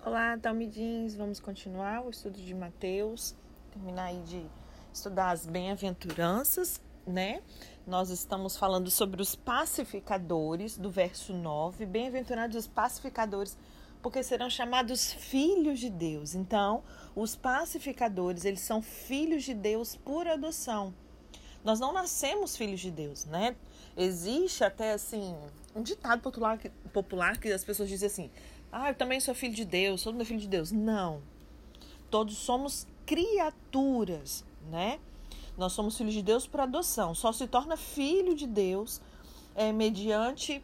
Olá, Talmidins, vamos continuar o estudo de Mateus, terminar aí de estudar as bem-aventuranças, né? Nós estamos falando sobre os pacificadores, do verso 9, bem-aventurados os pacificadores, porque serão chamados filhos de Deus. Então, os pacificadores, eles são filhos de Deus por adoção. Nós não nascemos filhos de Deus, né? Existe até, assim, um ditado popular que as pessoas dizem assim: eu também sou filho de Deus, todo mundo é filho de Deus. Não. Todos somos criaturas, né? Nós somos filhos de Deus por adoção. Só se torna filho de Deus mediante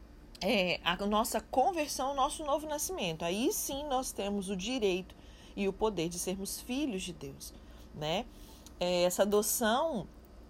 a nossa conversão, o nosso novo nascimento. Aí sim nós temos o direito e o poder de sermos filhos de Deus, né? Essa adoção,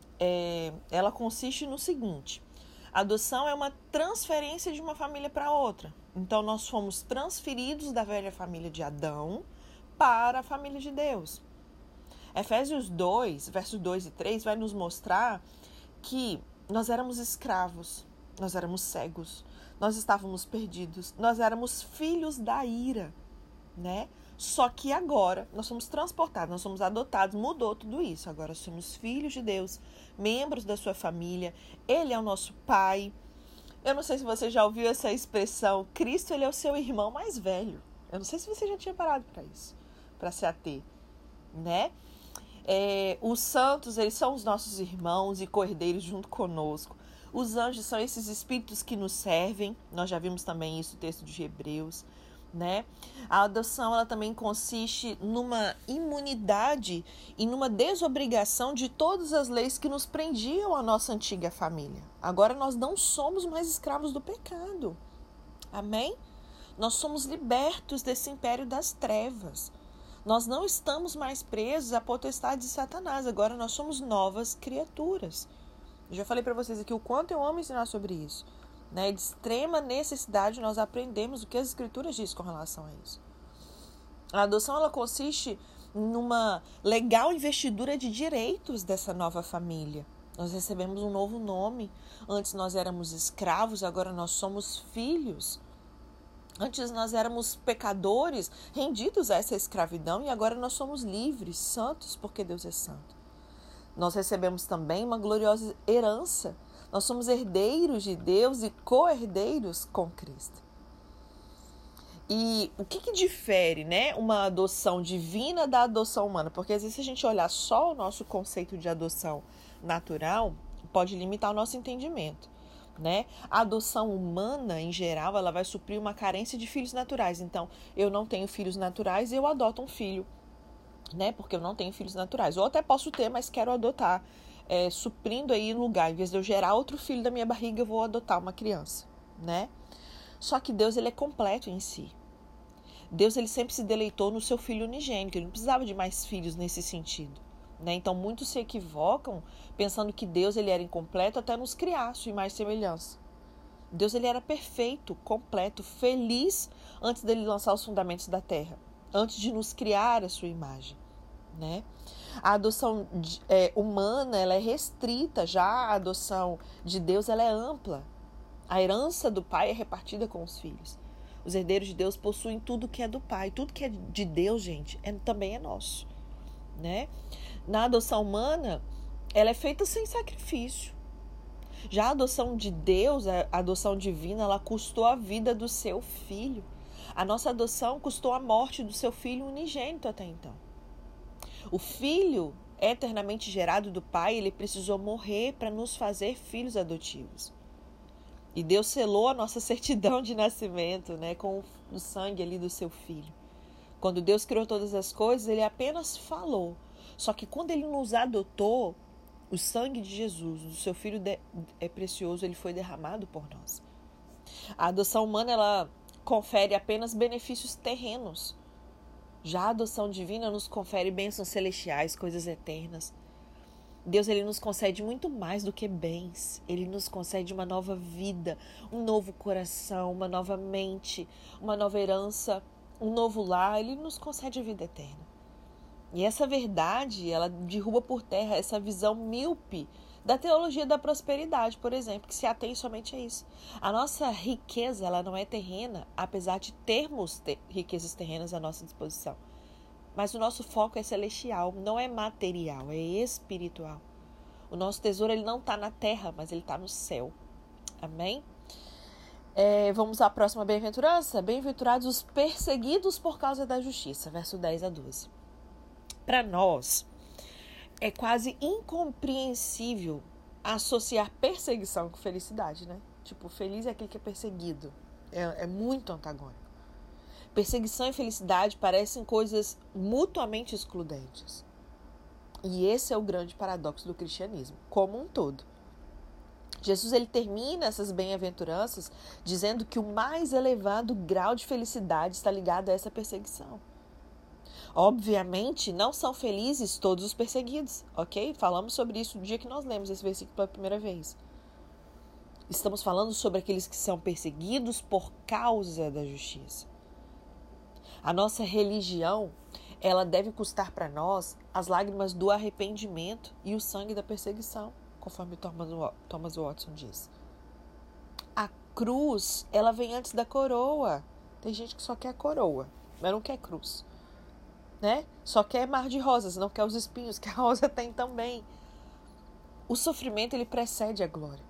ela consiste no seguinte: a adoção é uma transferência de uma família para outra. Então, nós fomos transferidos da velha família de Adão para a família de Deus. Efésios 2, versos 2 e 3, vai nos mostrar que nós éramos escravos, nós éramos cegos, nós estávamos perdidos, nós éramos filhos da ira, né? Só que agora nós somos transportados, nós somos adotados, mudou tudo isso. Agora somos filhos de Deus, membros da sua família, Ele é o nosso Pai. Eu não sei se você já ouviu essa expressão, Cristo, Ele é o seu irmão mais velho. Eu não sei se você já tinha parado para isso, para se ater, né? Os santos, eles são os nossos irmãos e cordeiros junto conosco. Os anjos são esses espíritos que nos servem. Nós já vimos também isso no texto de Hebreus, né? A adoção, ela também consiste numa imunidade e numa desobrigação de todas as leis que nos prendiam à nossa antiga família. Agora nós não somos mais escravos do pecado. Amém? Nós somos libertos desse império das trevas. Nós não estamos mais presos à potestade de Satanás. Agora nós somos novas criaturas. Eu já falei para vocês aqui o quanto eu amo ensinar sobre isso. De extrema necessidade nós aprendemos o que as escrituras dizem com relação a isso. A adoção, ela consiste numa legal investidura de direitos dessa nova família. Nós recebemos um novo nome. Antes nós éramos escravos, agora nós somos filhos. Antes nós éramos pecadores, rendidos a essa escravidão, e agora nós somos livres, santos, porque Deus é santo. Nós recebemos também uma gloriosa herança. Nós somos herdeiros de Deus e co-herdeiros com Cristo. E o que difere, né, uma adoção divina da adoção humana? Porque às vezes, se a gente olhar só o nosso conceito de adoção natural, pode limitar o nosso entendimento, né? A adoção humana, em geral, ela vai suprir uma carência de filhos naturais. Então, eu não tenho filhos naturais, eu adoto um filho, né? Porque eu não tenho filhos naturais. Ou até posso ter, mas quero adotar. Suprindo aí lugar, em vez de eu gerar outro filho da minha barriga, eu vou adotar uma criança, né? Só que Deus, ele é completo em si. Deus, ele sempre se deleitou no seu filho unigênito, ele não precisava de mais filhos nesse sentido, né? Então muitos se equivocam pensando que Deus, ele era incompleto até nos criar a sua imagem e semelhança. Deus, ele era perfeito, completo, feliz antes dele lançar os fundamentos da terra, antes de nos criar a sua imagem, né? A adoção humana, ela é restrita, já a adoção de Deus, ela é ampla. A herança do Pai é repartida com os filhos. Os herdeiros de Deus possuem tudo que é do Pai. Tudo que é de Deus, gente, também é nosso, né? Na adoção humana, ela é feita sem sacrifício. Já a adoção de Deus, a adoção divina, ela custou a vida do seu filho. A nossa adoção custou a morte do seu filho unigênito até então. O filho eternamente gerado do Pai, ele precisou morrer para nos fazer filhos adotivos. E Deus selou a nossa certidão de nascimento, né, com o sangue ali do seu filho. Quando Deus criou todas as coisas, ele apenas falou. Só que quando ele nos adotou, o sangue de Jesus, do seu filho é precioso, ele foi derramado por nós. A adoção humana, ela confere apenas benefícios terrenos. Já a adoção divina nos confere bênçãos celestiais, coisas eternas. Deus, ele nos concede muito mais do que bens. Ele nos concede uma nova vida, um novo coração, uma nova mente, uma nova herança, um novo lar. Ele nos concede a vida eterna. E essa verdade, ela derruba por terra essa visão míope Da teologia da prosperidade, por exemplo, que se atém somente a isso. A nossa riqueza, ela não é terrena, apesar de termos riquezas terrenas à nossa disposição. Mas o nosso foco é celestial, não é material, é espiritual. O nosso tesouro, ele não está na terra, mas ele está no céu. Amém? Vamos à próxima bem-aventurança. Bem-aventurados os perseguidos por causa da justiça, verso 10 a 12. Para nós, é quase incompreensível associar perseguição com felicidade, né? Tipo, feliz é aquele que é perseguido. É muito antagônico. Perseguição e felicidade parecem coisas mutuamente excludentes. E esse é o grande paradoxo do cristianismo, como um todo. Jesus, ele termina essas bem-aventuranças dizendo que o mais elevado grau de felicidade está ligado a essa perseguição. Obviamente, não são felizes todos os perseguidos, ok? Falamos sobre isso no dia que nós lemos esse versículo pela primeira vez. Estamos falando sobre aqueles que são perseguidos por causa da justiça. A nossa religião, ela deve custar para nós as lágrimas do arrependimento e o sangue da perseguição, conforme Thomas Watson diz. A cruz, ela vem antes da coroa. Tem gente que só quer a coroa, mas não quer cruz. Né? Só quer mar de rosas, não quer os espinhos que a rosa tem também. O sofrimento, ele precede a glória.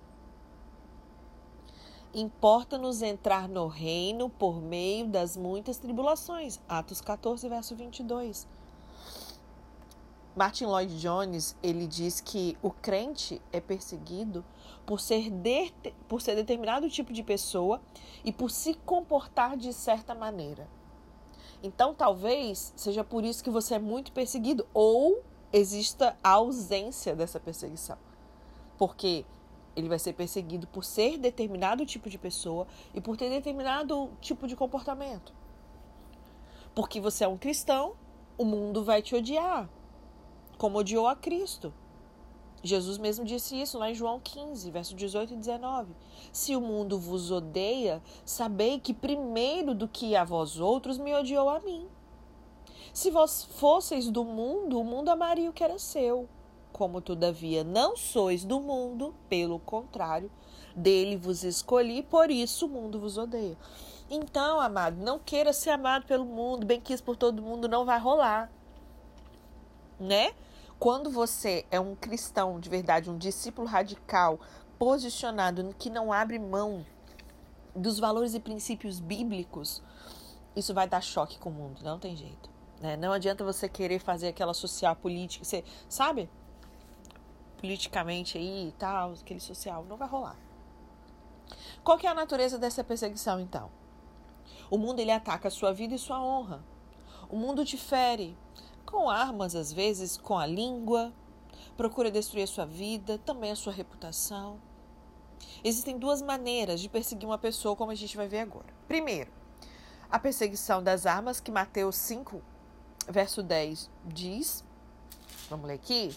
Importa-nos entrar no reino por meio das muitas tribulações. Atos 14, verso 22. Martin Lloyd Jones, ele diz que o crente é perseguido por ser determinado tipo de pessoa e por se comportar de certa maneira. Então, talvez seja por isso que você é muito perseguido ou exista a ausência dessa perseguição. Porque ele vai ser perseguido por ser determinado tipo de pessoa e por ter determinado tipo de comportamento. Porque você é um cristão, o mundo vai te odiar, como odiou a Cristo. Jesus mesmo disse isso lá em João 15, verso 18 e 19. Se o mundo vos odeia, sabei que primeiro do que a vós outros me odiou a mim. Se vós fosseis do mundo, o mundo amaria o que era seu. Como todavia não sois do mundo, pelo contrário, dele vos escolhi, por isso o mundo vos odeia. Então, amado, não queira ser amado pelo mundo, bem quis por todo mundo, não vai rolar. Né? Quando você é um cristão de verdade, um discípulo radical, posicionado, que não abre mão dos valores e princípios bíblicos, isso vai dar choque com o mundo, não tem jeito. Né? Não adianta você querer fazer aquela social política, você sabe? Politicamente aí e tal, aquele social, não vai rolar. Qual que é a natureza dessa perseguição, então? O mundo, ele ataca a sua vida e sua honra. O mundo te fere com armas, às vezes, com a língua, procura destruir a sua vida, também a sua reputação. Existem duas maneiras de perseguir uma pessoa, como a gente vai ver agora. Primeiro, a perseguição das armas, que Mateus 5, verso 10 diz, vamos ler aqui.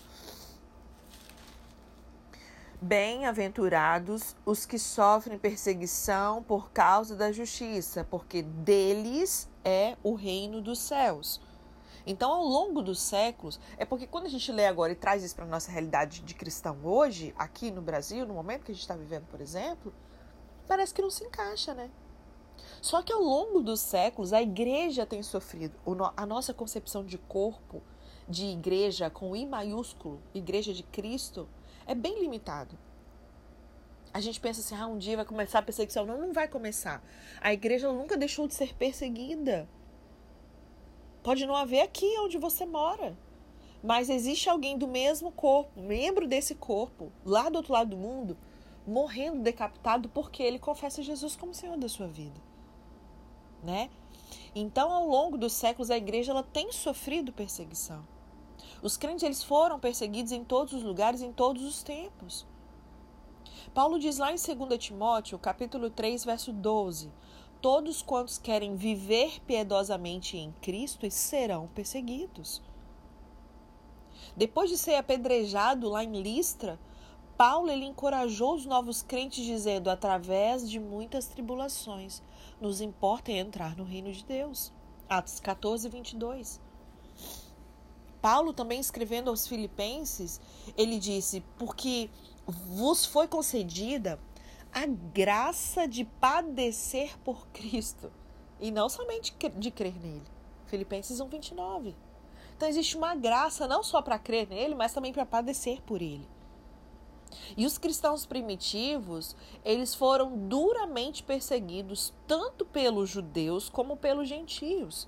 Bem-aventurados os que sofrem perseguição por causa da justiça, porque deles é o reino dos céus. Então, ao longo dos séculos, é porque quando a gente lê agora e traz isso para a nossa realidade de cristão hoje, aqui no Brasil, no momento que a gente está vivendo, por exemplo, parece que não se encaixa, né? Só que ao longo dos séculos, a igreja tem sofrido. A nossa concepção de corpo, de igreja com I maiúsculo, igreja de Cristo, é bem limitado. A gente pensa assim, um dia vai começar a perseguição. Não, não vai começar. A igreja nunca deixou de ser perseguida. Pode não haver aqui onde você mora, mas existe alguém do mesmo corpo, membro desse corpo, lá do outro lado do mundo, morrendo decapitado porque ele confessa Jesus como Senhor da sua vida. Né? Então, ao longo dos séculos, a igreja ela tem sofrido perseguição. Os crentes eles foram perseguidos em todos os lugares, em todos os tempos. Paulo diz lá em 2 Timóteo, capítulo 3, verso 12, todos quantos querem viver piedosamente em Cristo serão perseguidos. Depois de ser apedrejado lá em Listra, Paulo ele encorajou os novos crentes dizendo, através de muitas tribulações, nos importa entrar no reino de Deus. Atos 14, 22. Paulo também escrevendo aos Filipenses, ele disse, porque vos foi concedida a graça de padecer por Cristo, e não somente de crer nele. Filipenses 1:29. Então existe uma graça não só para crer nele, mas também para padecer por ele. E os cristãos primitivos, eles foram duramente perseguidos tanto pelos judeus como pelos gentios.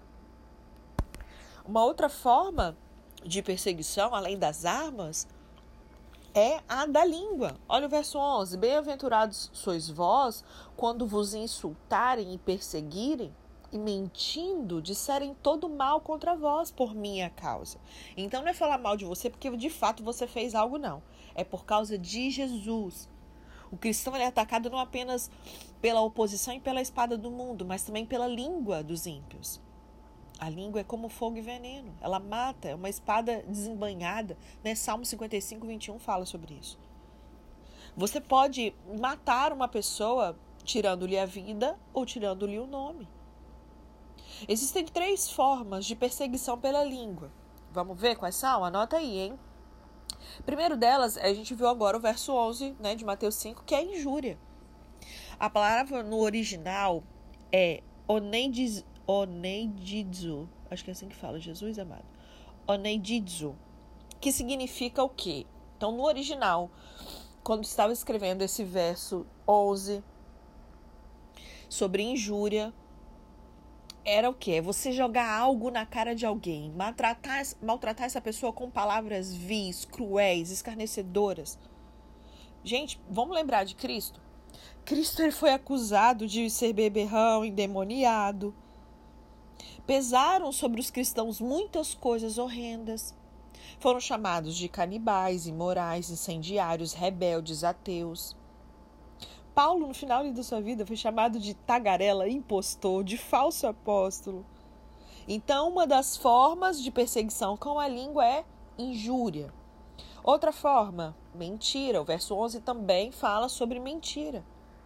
Uma outra forma de perseguição, além das armas, é a da língua. Olha o verso 11. Bem-aventurados sois vós, quando vos insultarem e perseguirem, e mentindo, disserem todo mal contra vós por minha causa. Então não é falar mal de você porque de fato você fez algo, não. É por causa de Jesus. O cristão é atacado não apenas pela oposição e pela espada do mundo, mas também pela língua dos ímpios. A língua é como fogo e veneno. Ela mata, é uma espada desembainhada. Né? Salmo 55:21 fala sobre isso. Você pode matar uma pessoa tirando-lhe a vida ou tirando-lhe o nome. Existem 3 formas de perseguição pela língua. Vamos ver quais são? Anota aí, hein? Primeiro delas, a gente viu agora o verso 11, né, de Mateus 5, que é injúria. A palavra no original é oneidizo, acho que é assim que fala, Jesus amado. Oneidizo, que significa o quê? Então, no original, quando estava escrevendo esse verso 11 sobre injúria, era o quê? É você jogar algo na cara de alguém, maltratar essa pessoa com palavras vis, cruéis, escarnecedoras. Gente, vamos lembrar de Cristo? Cristo ele foi acusado de ser beberrão, endemoniado. Pesaram sobre os cristãos muitas coisas horrendas. Foram chamados de canibais, imorais, incendiários, rebeldes, ateus. Paulo, no final da sua vida, foi chamado de tagarela, impostor, de falso apóstolo. Então, uma das formas de perseguição com a língua é injúria. Outra forma, mentira. O verso 11 também fala sobre mentira.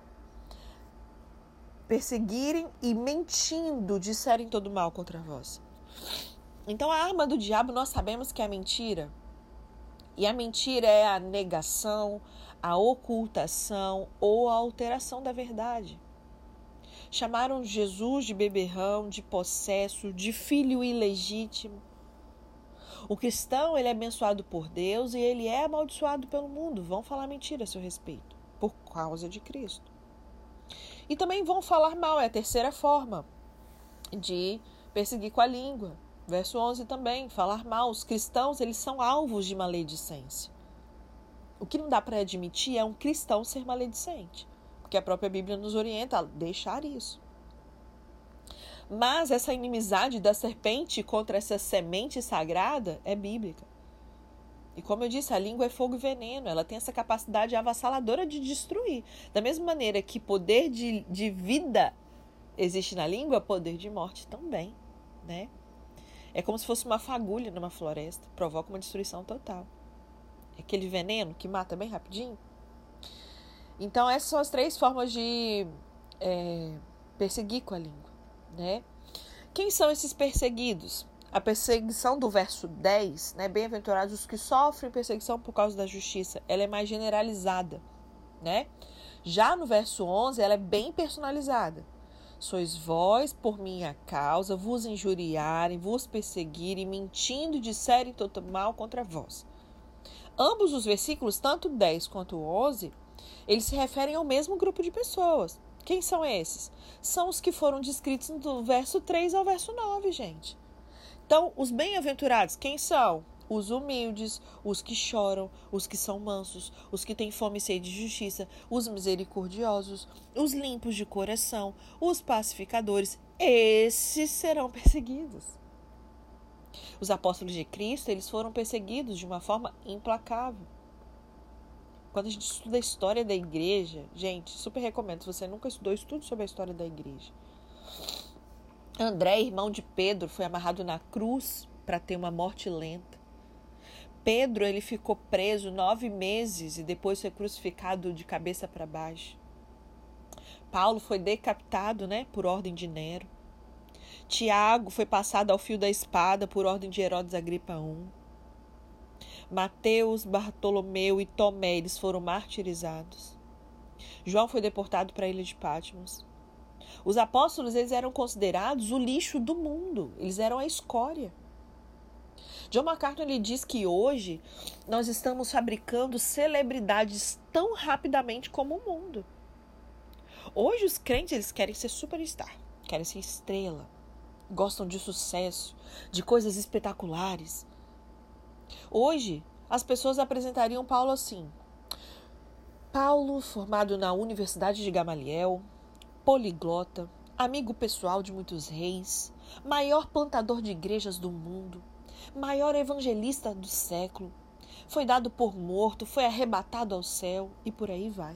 Perseguirem e mentindo disserem todo mal contra vós. Então, a arma do diabo nós sabemos que é a mentira. E a mentira é a negação, a ocultação ou a alteração da verdade. Chamaram Jesus de beberrão, de possesso, de filho ilegítimo. O cristão ele é abençoado por Deus e ele é amaldiçoado pelo mundo. Vão falar mentira a seu respeito, por causa de Cristo. E também vão falar mal, é a terceira forma de perseguir com a língua. Verso 11 também, falar mal. Os cristãos, eles são alvos de maledicência. O que não dá para admitir é um cristão ser maledicente, porque a própria Bíblia nos orienta a deixar isso. Mas essa inimizade da serpente contra essa semente sagrada é bíblica. E como eu disse, a língua é fogo e veneno, ela tem essa capacidade avassaladora de destruir. Da mesma maneira que poder de vida existe na língua, poder de morte também, né? É como se fosse uma fagulha numa floresta, provoca uma destruição total. É aquele veneno que mata bem rapidinho. Então, essas são as 3 formas de perseguir com a língua, né? Quem são esses perseguidos? A perseguição do verso 10, né? Bem-aventurados os que sofrem perseguição por causa da justiça, ela é mais generalizada, né? Já no verso 11, ela é bem personalizada. Sois vós, por minha causa, vos injuriarem, vos perseguirem, mentindo, disserem todo mal contra vós. Ambos os versículos, tanto 10 quanto 11, eles se referem ao mesmo grupo de pessoas. Quem são esses? São os que foram descritos do verso 3 ao verso 9, gente. Então, os bem-aventurados, quem são? Os humildes, os que choram, os que são mansos, os que têm fome e sede de justiça, os misericordiosos, os limpos de coração, os pacificadores, esses serão perseguidos. Os apóstolos de Cristo, eles foram perseguidos de uma forma implacável. Quando a gente estuda a história da igreja, gente, super recomendo, se você nunca estudou, estude sobre a história da igreja. André, irmão de Pedro, foi amarrado na cruz para ter uma morte lenta. Pedro, ele ficou preso 9 meses e depois foi crucificado de cabeça para baixo. Paulo foi decapitado, né, por ordem de Nero. Tiago foi passado ao fio da espada por ordem de Herodes Agripa I. Mateus, Bartolomeu e Tomé, eles foram martirizados. João foi deportado para a ilha de Patmos. Os apóstolos, eles eram considerados o lixo do mundo. Eles eram a escória. John MacArthur, ele diz que hoje nós estamos fabricando celebridades tão rapidamente como o mundo. Hoje os crentes, eles querem ser superstar, querem ser estrela, gostam de sucesso, de coisas espetaculares. Hoje, as pessoas apresentariam Paulo assim: Paulo, formado na Universidade de Gamaliel, poliglota, amigo pessoal de muitos reis, maior plantador de igrejas do mundo, maior evangelista do século, foi dado por morto, foi arrebatado ao céu e por aí vai.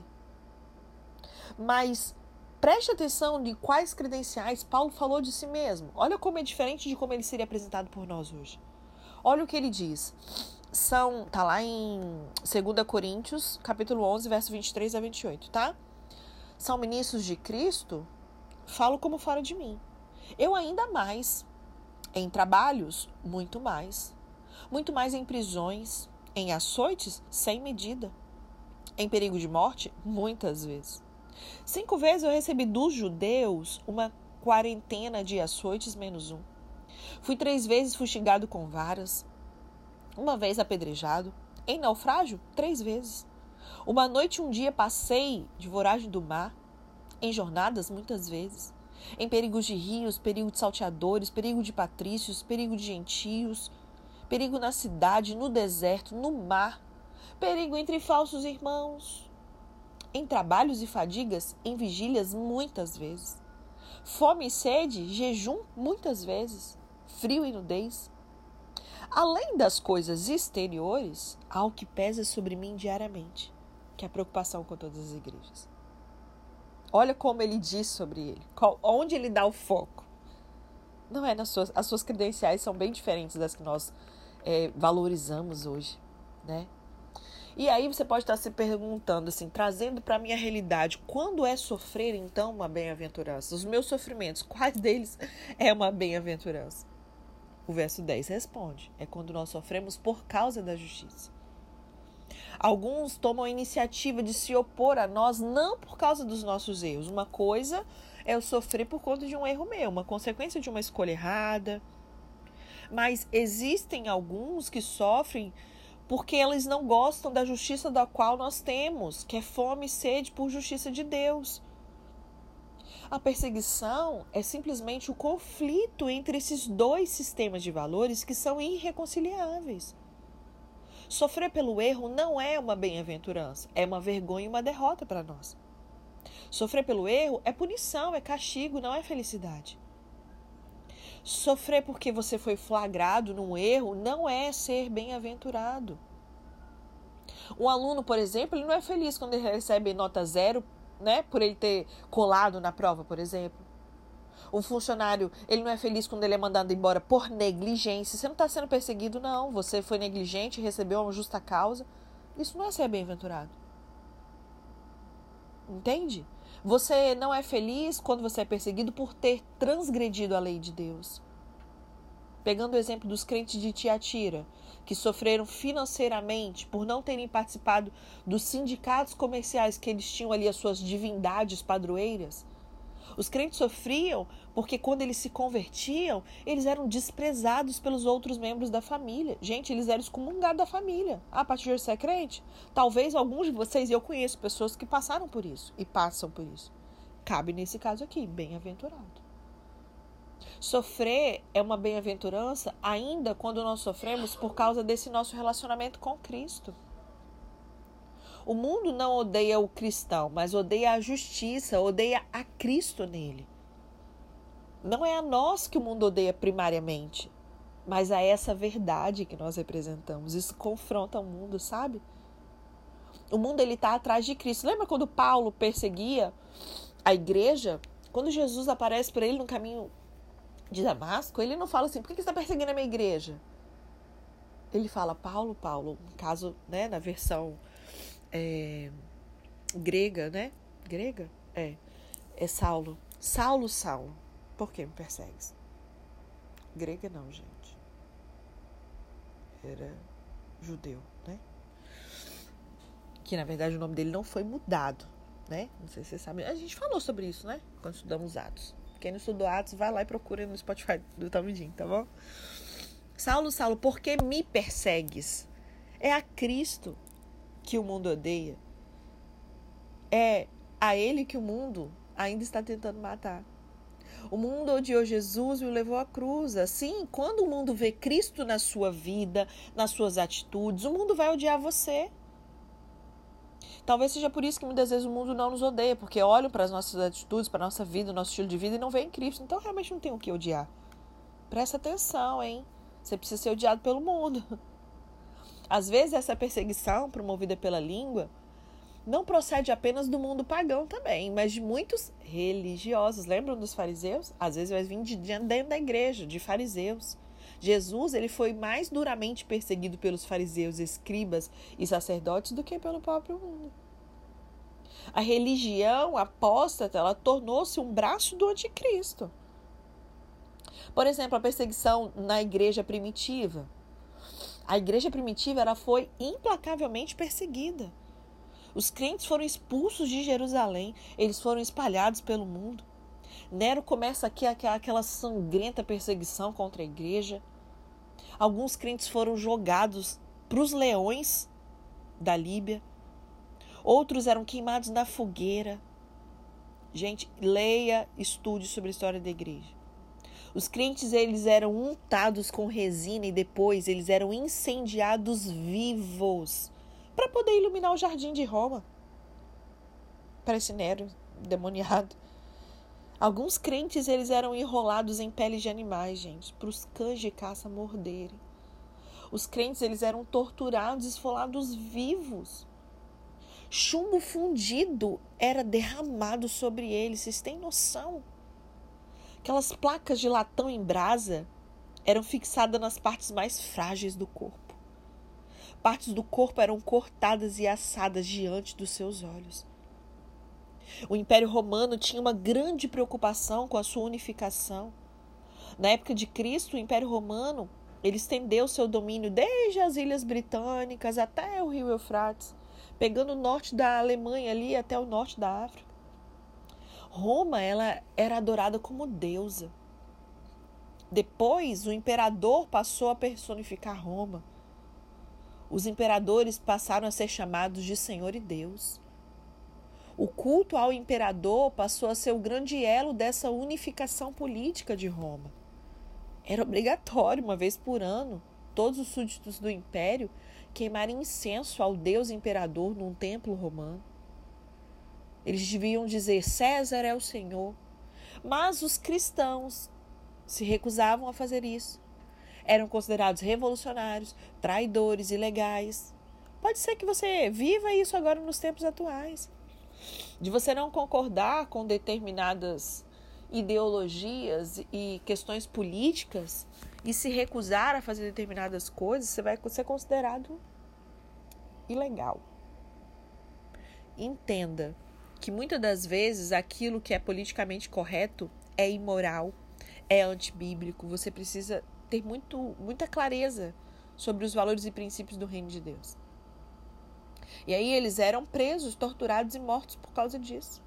Mas preste atenção de quais credenciais Paulo falou de si mesmo. Olha como é diferente de como ele seria apresentado por nós hoje. Olha o que ele diz. Tá lá em 2 Coríntios, capítulo 11, verso 23 a 28, tá? São ministros de Cristo? Falo como fora de mim. Eu ainda mais. Em trabalhos, muito mais. Muito mais em prisões, em açoites, sem medida. Em perigo de morte, muitas vezes. 5 vezes eu recebi dos judeus uma quarentena de açoites menos um. Fui 3 vezes fustigado com varas. 1 vez apedrejado. Em naufrágio, 3 vezes. 1 noite e 1 dia passei de voragem do mar. Em jornadas, muitas vezes. Em perigos de rios, perigo de salteadores, perigo de patrícios, perigo de gentios, perigo na cidade, no deserto, no mar, perigo entre falsos irmãos, em trabalhos e fadigas, em vigílias muitas vezes, fome e sede, jejum muitas vezes, frio e nudez. Além das coisas exteriores, há o que pesa sobre mim diariamente, que é a preocupação com todas as igrejas. Olha como ele diz sobre ele, onde ele dá o foco. Não é as suas credenciais são bem diferentes das que nós valorizamos hoje, né? E aí você pode estar se perguntando assim, trazendo para a minha realidade, quando é sofrer então uma bem-aventurança? Os meus sofrimentos, quais deles é uma bem-aventurança? O verso 10 responde, é quando nós sofremos por causa da justiça. Alguns tomam a iniciativa de se opor a nós não por causa dos nossos erros. Uma coisa é eu sofrer por conta de um erro meu, uma consequência de uma escolha errada. Mas existem alguns que sofrem porque eles não gostam da justiça da qual nós temos, que é fome e sede por justiça de Deus. A perseguição é simplesmente o conflito entre esses dois sistemas de valores que são irreconciliáveis. Sofrer pelo erro não é uma bem-aventurança, é uma vergonha e uma derrota para nós. Sofrer pelo erro é punição, é castigo, não é felicidade. Sofrer porque você foi flagrado num erro não é ser bem-aventurado. Um aluno, por exemplo, ele não é feliz quando ele recebe nota 0, né, por ele ter colado na prova, por exemplo. Um funcionário, ele não é feliz quando ele é mandado embora por negligência. Você não está sendo perseguido, não. Você foi negligente, recebeu uma justa causa. Isso não é ser bem-aventurado. Entende? Você não é feliz quando você é perseguido por ter transgredido a lei de Deus. Pegando o exemplo dos crentes de Tiatira, que sofreram financeiramente por não terem participado dos sindicatos comerciais que eles tinham ali as suas divindades padroeiras. Os crentes sofriam porque quando eles se convertiam, eles eram desprezados pelos outros membros da família. Gente, eles eram excomungados da família. Ah, a partir de você é crente? Talvez alguns de vocês, e eu conheço pessoas que passaram por isso e passam por isso. Cabe nesse caso aqui, bem-aventurado. Sofrer é uma bem-aventurança ainda quando nós sofremos por causa desse nosso relacionamento com Cristo. O mundo não odeia o cristão, mas odeia a justiça, odeia a Cristo nele. Não é a nós que o mundo odeia primariamente, mas a essa verdade que nós representamos. Isso confronta o mundo, sabe? O mundo ele está atrás de Cristo. Lembra quando Paulo perseguia a igreja? Quando Jesus aparece para ele no caminho de Damasco, ele não fala assim, por que você está perseguindo a minha igreja? Ele fala, Paulo, no caso, né, na versão grega, né? Grega? É Saulo. Saulo, por que me persegues? grega não, gente. Era judeu, né? Que na verdade o nome dele não foi mudado, né? Não sei se vocês sabem. A gente falou sobre isso, né? Quando estudamos Atos. Quem não estudou Atos, vai lá e procura no Spotify do Talmidim, tá bom? Saulo, Saulo, por que me persegues? É a Cristo que o mundo odeia. É a ele que o mundo ainda está tentando matar. O mundo odiou Jesus e o levou à cruz. Assim, quando o mundo vê Cristo na sua vida, nas suas atitudes, o mundo vai odiar você. Talvez seja por isso que muitas vezes o mundo não nos odeia, porque olham para as nossas atitudes, para a nossa vida, o nosso estilo de vida e não veem Cristo. Então, realmente não tem o que odiar. Presta atenção, hein? Você precisa ser odiado pelo mundo. Às vezes, essa perseguição promovida pela língua não procede apenas do mundo pagão também, mas de muitos religiosos. Lembram dos fariseus? Às vezes vai vir de dentro da igreja, de fariseus. Jesus, ele foi mais duramente perseguido pelos fariseus, escribas e sacerdotes do que pelo próprio mundo. A religião apóstata, ela tornou-se um braço do anticristo. Por exemplo, a perseguição na igreja primitiva. A igreja primitiva, ela foi implacavelmente perseguida. Os crentes foram expulsos de Jerusalém, eles foram espalhados pelo mundo. Nero começa aqui aquela sangrenta perseguição contra a igreja. Alguns crentes foram jogados para os leões da Líbia. Outros eram queimados na fogueira. Gente, leia, estude sobre a história da igreja. Os crentes, eles eram untados com resina e depois eles eram incendiados vivos para poder iluminar o jardim de Roma. Parece Nero, demoniado. Alguns crentes, eles eram enrolados em peles de animais, gente, para os cães de caça morderem. Os crentes, eles eram torturados, esfolados vivos. Chumbo fundido era derramado sobre eles, vocês têm noção? Aquelas placas de latão em brasa eram fixadas nas partes mais frágeis do corpo. Partes do corpo eram cortadas e assadas diante dos seus olhos. O Império Romano tinha uma grande preocupação com a sua unificação. Na época de Cristo, o Império Romano, ele estendeu seu domínio desde as Ilhas Britânicas até o rio Eufrates, pegando o norte da Alemanha ali até o norte da África. Roma, ela era adorada como deusa. Depois, o imperador passou a personificar Roma. Os imperadores passaram a ser chamados de Senhor e Deus. O culto ao imperador passou a ser o grande elo dessa unificação política de Roma. Era obrigatório, uma vez por ano, todos os súditos do império queimarem incenso ao Deus imperador num templo romano. Eles deviam dizer: César é o Senhor. Mas os cristãos se recusavam a fazer isso. Eram considerados revolucionários, traidores, ilegais. Pode ser que você viva isso agora nos tempos atuais. De você não concordar com determinadas ideologias e questões políticas e se recusar a fazer determinadas coisas, você vai ser considerado ilegal. Entenda que muitas das vezes aquilo que é politicamente correto é imoral, é antibíblico. Você precisa ter muita clareza sobre os valores e princípios do reino de Deus. E aí eles eram presos, torturados e mortos por causa disso.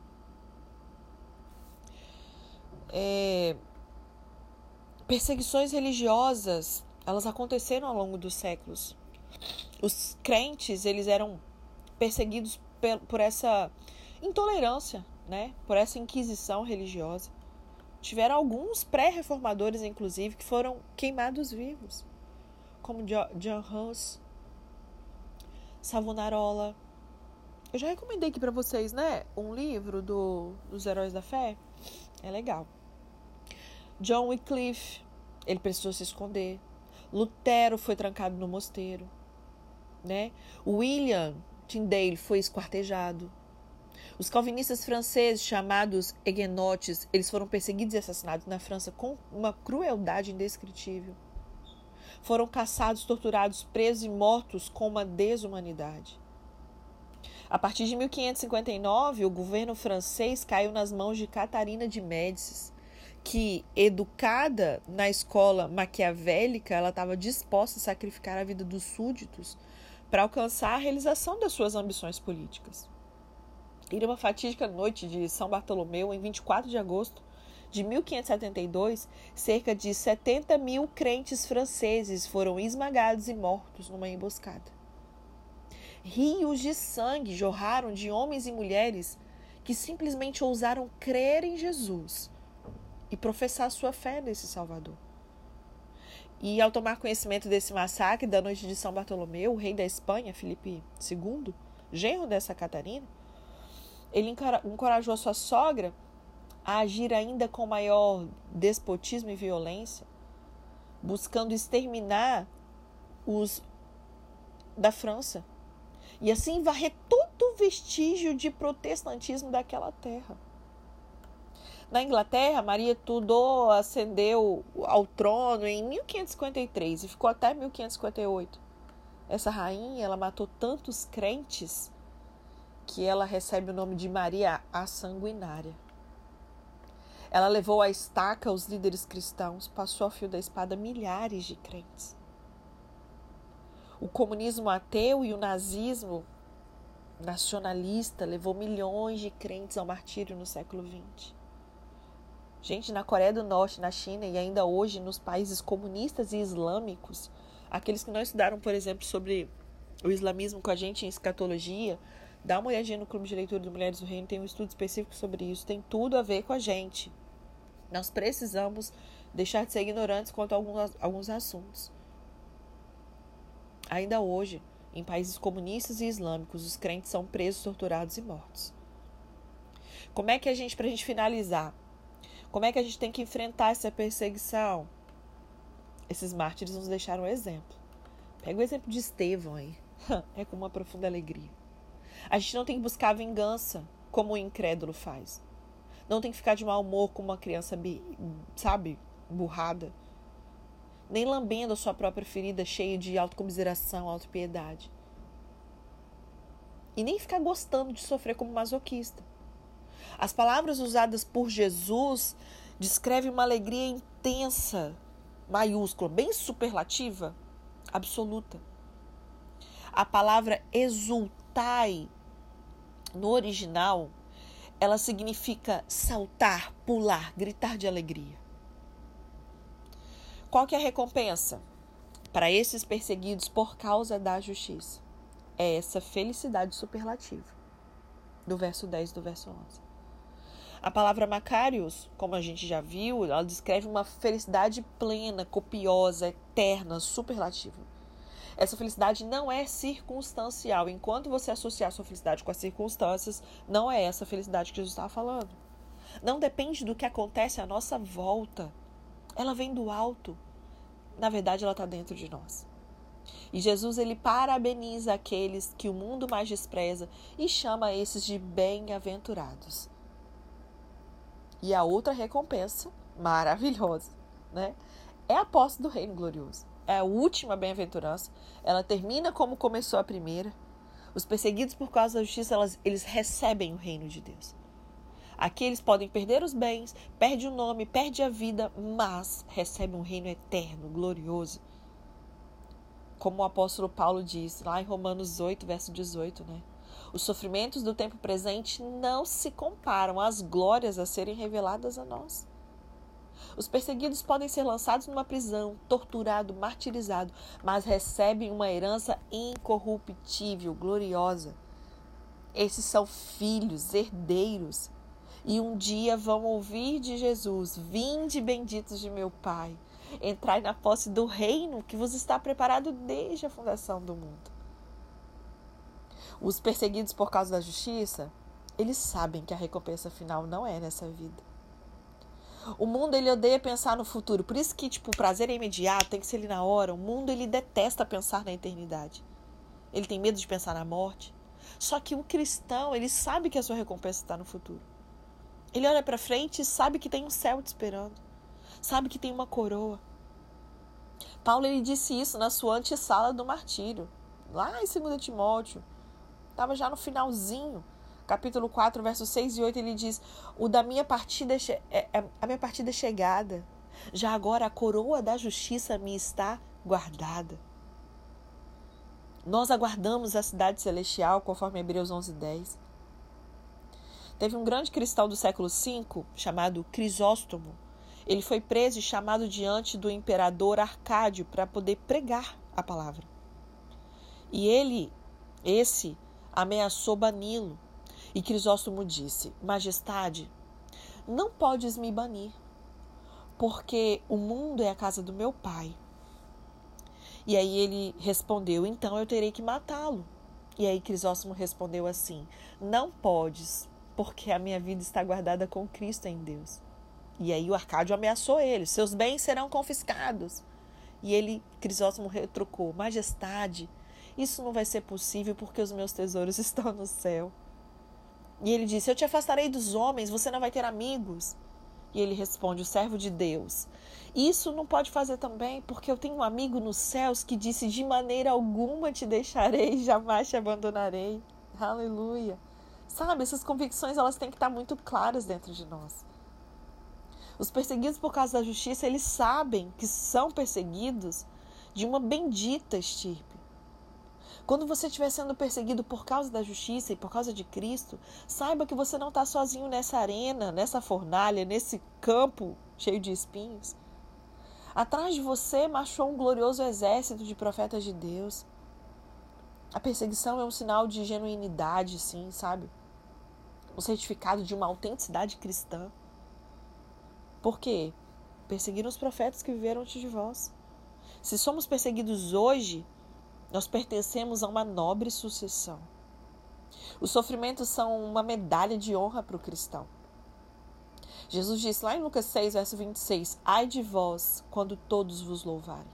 Perseguições religiosas, elas aconteceram ao longo dos séculos. Os crentes, eles eram perseguidos por essa intolerância, né? Por essa inquisição religiosa. Tiveram alguns pré-reformadores, inclusive, que foram queimados vivos, como John Hus, Savonarola. Eu já recomendei aqui para vocês, né? Um livro dos Heróis da Fé. É legal. John Wycliffe, ele precisou se esconder. Lutero foi trancado no mosteiro, né? William Tyndale foi esquartejado. Os calvinistas franceses, chamados huguenotes, eles foram perseguidos e assassinados na França com uma crueldade indescritível. Foram caçados, torturados, presos e mortos com uma desumanidade. A partir de 1559, o governo francês caiu nas mãos de Catarina de Médicis, que, educada na escola maquiavélica, ela estava disposta a sacrificar a vida dos súditos para alcançar a realização das suas ambições políticas. E numa fatídica noite de São Bartolomeu, em 24 de agosto de 1572, cerca de 70 mil crentes franceses foram esmagados e mortos numa emboscada. Rios de sangue jorraram de homens e mulheres que simplesmente ousaram crer em Jesus e professar sua fé nesse Salvador. E ao tomar conhecimento desse massacre da noite de São Bartolomeu, o rei da Espanha, Filipe II, genro dessa Catarina, ele encorajou a sua sogra a agir ainda com maior despotismo e violência, buscando exterminar os da França e assim varrer todo o vestígio de protestantismo daquela terra. Na Inglaterra, Maria Tudor ascendeu ao trono em 1553 e ficou até 1558. Essa rainha, ela matou tantos crentes que ela recebe o nome de Maria a Sanguinária. Ela levou à estaca os líderes cristãos, passou ao fio da espada milhares de crentes. O comunismo ateu e o nazismo nacionalista levou milhões de crentes ao martírio no século XX. Gente, na Coreia do Norte, na China e ainda hoje nos países comunistas e islâmicos, aqueles que não estudaram, por exemplo, sobre o islamismo com a gente em escatologia, dá uma olhadinha no Clube de Leitura do Mulheres do Reino, tem um estudo específico sobre isso, tem tudo a ver com a gente. Nós precisamos deixar de ser ignorantes quanto a alguns assuntos. Ainda hoje, em países comunistas e islâmicos, os crentes são presos, torturados e mortos. Como é que pra gente finalizar, como é que a gente tem que enfrentar essa perseguição? Esses mártires nos deixaram um exemplo. Pega o exemplo de Estevão aí. É com uma profunda alegria. A gente não tem que buscar vingança, como o incrédulo faz. Não tem que ficar de mau humor como uma criança, burrada. Nem lambendo a sua própria ferida, cheia de autocomiseração, autopiedade. E nem ficar gostando de sofrer como masoquista. As palavras usadas por Jesus descrevem uma alegria intensa, maiúscula, bem superlativa, absoluta. A palavra exultai, no original, ela significa saltar, pular, gritar de alegria. Qual que é a recompensa para esses perseguidos por causa da justiça? É essa felicidade superlativa, do verso 10 do verso 11. A palavra Macarios, como a gente já viu, ela descreve uma felicidade plena, copiosa, eterna, superlativa. Essa felicidade não é circunstancial. Enquanto você associar a sua felicidade com as circunstâncias, não é essa felicidade que Jesus estava falando. Não depende do que acontece à nossa volta. Ela vem do alto. Na verdade, ela está dentro de nós. E Jesus, ele parabeniza aqueles que o mundo mais despreza e chama esses de bem-aventurados. E a outra recompensa maravilhosa, né? É a posse do reino glorioso. É a última bem-aventurança. Ela termina como começou a primeira. Os perseguidos por causa da justiça, eles recebem o reino de Deus. Aqui eles podem perder os bens, perde o nome, perde a vida, mas recebem um reino eterno, glorioso. Como o apóstolo Paulo diz lá em Romanos 8, verso 18, né? Os sofrimentos do tempo presente não se comparam às glórias a serem reveladas a nós. Os perseguidos podem ser lançados numa prisão, torturados, martirizados, mas recebem uma herança incorruptível, gloriosa. Esses são filhos, herdeiros, e um dia vão ouvir de Jesus: vinde benditos de meu Pai, entrai na posse do reino que vos está preparado desde a fundação do mundo. Os perseguidos por causa da justiça, eles sabem que a recompensa final não é nessa vida. O mundo, ele odeia pensar no futuro. Por isso que, o prazer é imediato, tem que ser ali na hora. O mundo, ele detesta pensar na eternidade. Ele tem medo de pensar na morte. Só que o cristão, ele sabe que a sua recompensa está no futuro. Ele olha para frente e sabe que tem um céu te esperando. Sabe que tem uma coroa. Paulo, ele disse isso na sua antessala do martírio. Lá em 2 Timóteo. Estava já no finalzinho capítulo 4, versos 6 e 8, ele diz: a minha partida é chegada. Já agora a coroa da justiça me está guardada. Nós aguardamos a cidade celestial, conforme Hebreus 11:10. Teve um grande cristão do século V, chamado Crisóstomo. Ele foi preso e chamado diante do imperador Arcádio para poder pregar a palavra. E esse ameaçou bani-lo. E Crisóstomo disse: Majestade, não podes me banir, porque o mundo é a casa do meu pai. E aí ele respondeu: então eu terei que matá-lo. E aí Crisóstomo respondeu assim: não podes, porque a minha vida está guardada com Cristo em Deus. E aí o Arcádio ameaçou ele: seus bens serão confiscados. E Crisóstomo retrucou: Majestade, isso não vai ser possível porque os meus tesouros estão no céu. E ele disse: eu te afastarei dos homens, você não vai ter amigos. E ele responde: o servo de Deus, isso não pode fazer também, porque eu tenho um amigo nos céus que disse: de maneira alguma te deixarei, jamais te abandonarei. Aleluia. Sabe, essas convicções elas têm que estar muito claras dentro de nós. Os perseguidos por causa da justiça, eles sabem que são perseguidos de uma bendita estirpe. Quando você estiver sendo perseguido por causa da justiça e por causa de Cristo, saiba que você não está sozinho nessa arena, nessa fornalha, nesse campo cheio de espinhos. Atrás de você marchou um glorioso exército de profetas de Deus. A perseguição é um sinal de genuinidade, sim, sabe? Um certificado de uma autenticidade cristã. Por quê? Perseguiram os profetas que viveram antes de vós. Se somos perseguidos hoje, nós pertencemos a uma nobre sucessão. Os sofrimentos são uma medalha de honra para o cristão. Jesus disse lá em Lucas 6, verso 26, ai de vós, quando todos vos louvarem.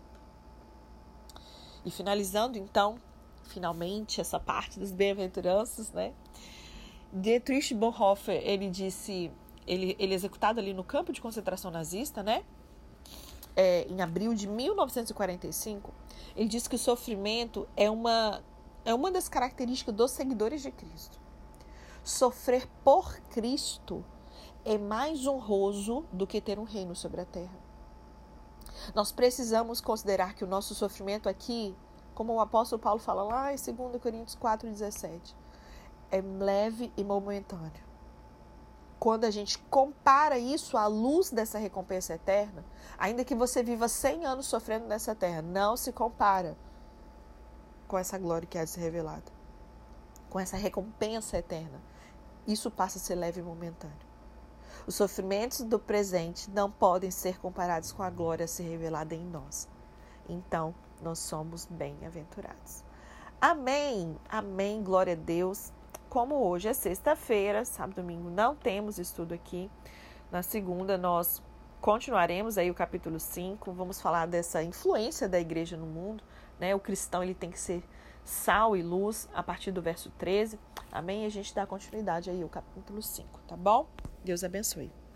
E finalizando, então, finalmente, essa parte das bem-aventuranças, né? Dietrich Bonhoeffer, ele disse, ele executado ali no campo de concentração nazista, né? Em abril de 1945, ele disse que o sofrimento é uma das características dos seguidores de Cristo. Sofrer por Cristo é mais honroso do que ter um reino sobre a terra. Nós precisamos considerar que o nosso sofrimento aqui, como o apóstolo Paulo fala lá em 2 Coríntios 4,17, é leve e momentâneo. Quando a gente compara isso à luz dessa recompensa eterna, ainda que você viva 100 anos sofrendo nessa terra, não se compara com essa glória que há de ser revelada, com essa recompensa eterna. Isso passa a ser leve e momentâneo. Os sofrimentos do presente não podem ser comparados com a glória a ser revelada em nós. Então, nós somos bem-aventurados. Amém, amém, glória a Deus. Como hoje é sexta-feira, sábado e domingo não temos estudo aqui. Na segunda nós continuaremos aí o capítulo 5, vamos falar dessa influência da igreja no mundo, né? O cristão ele tem que ser sal e luz a partir do verso 13. Amém? E a gente dá continuidade aí ao capítulo 5, tá bom? Deus abençoe.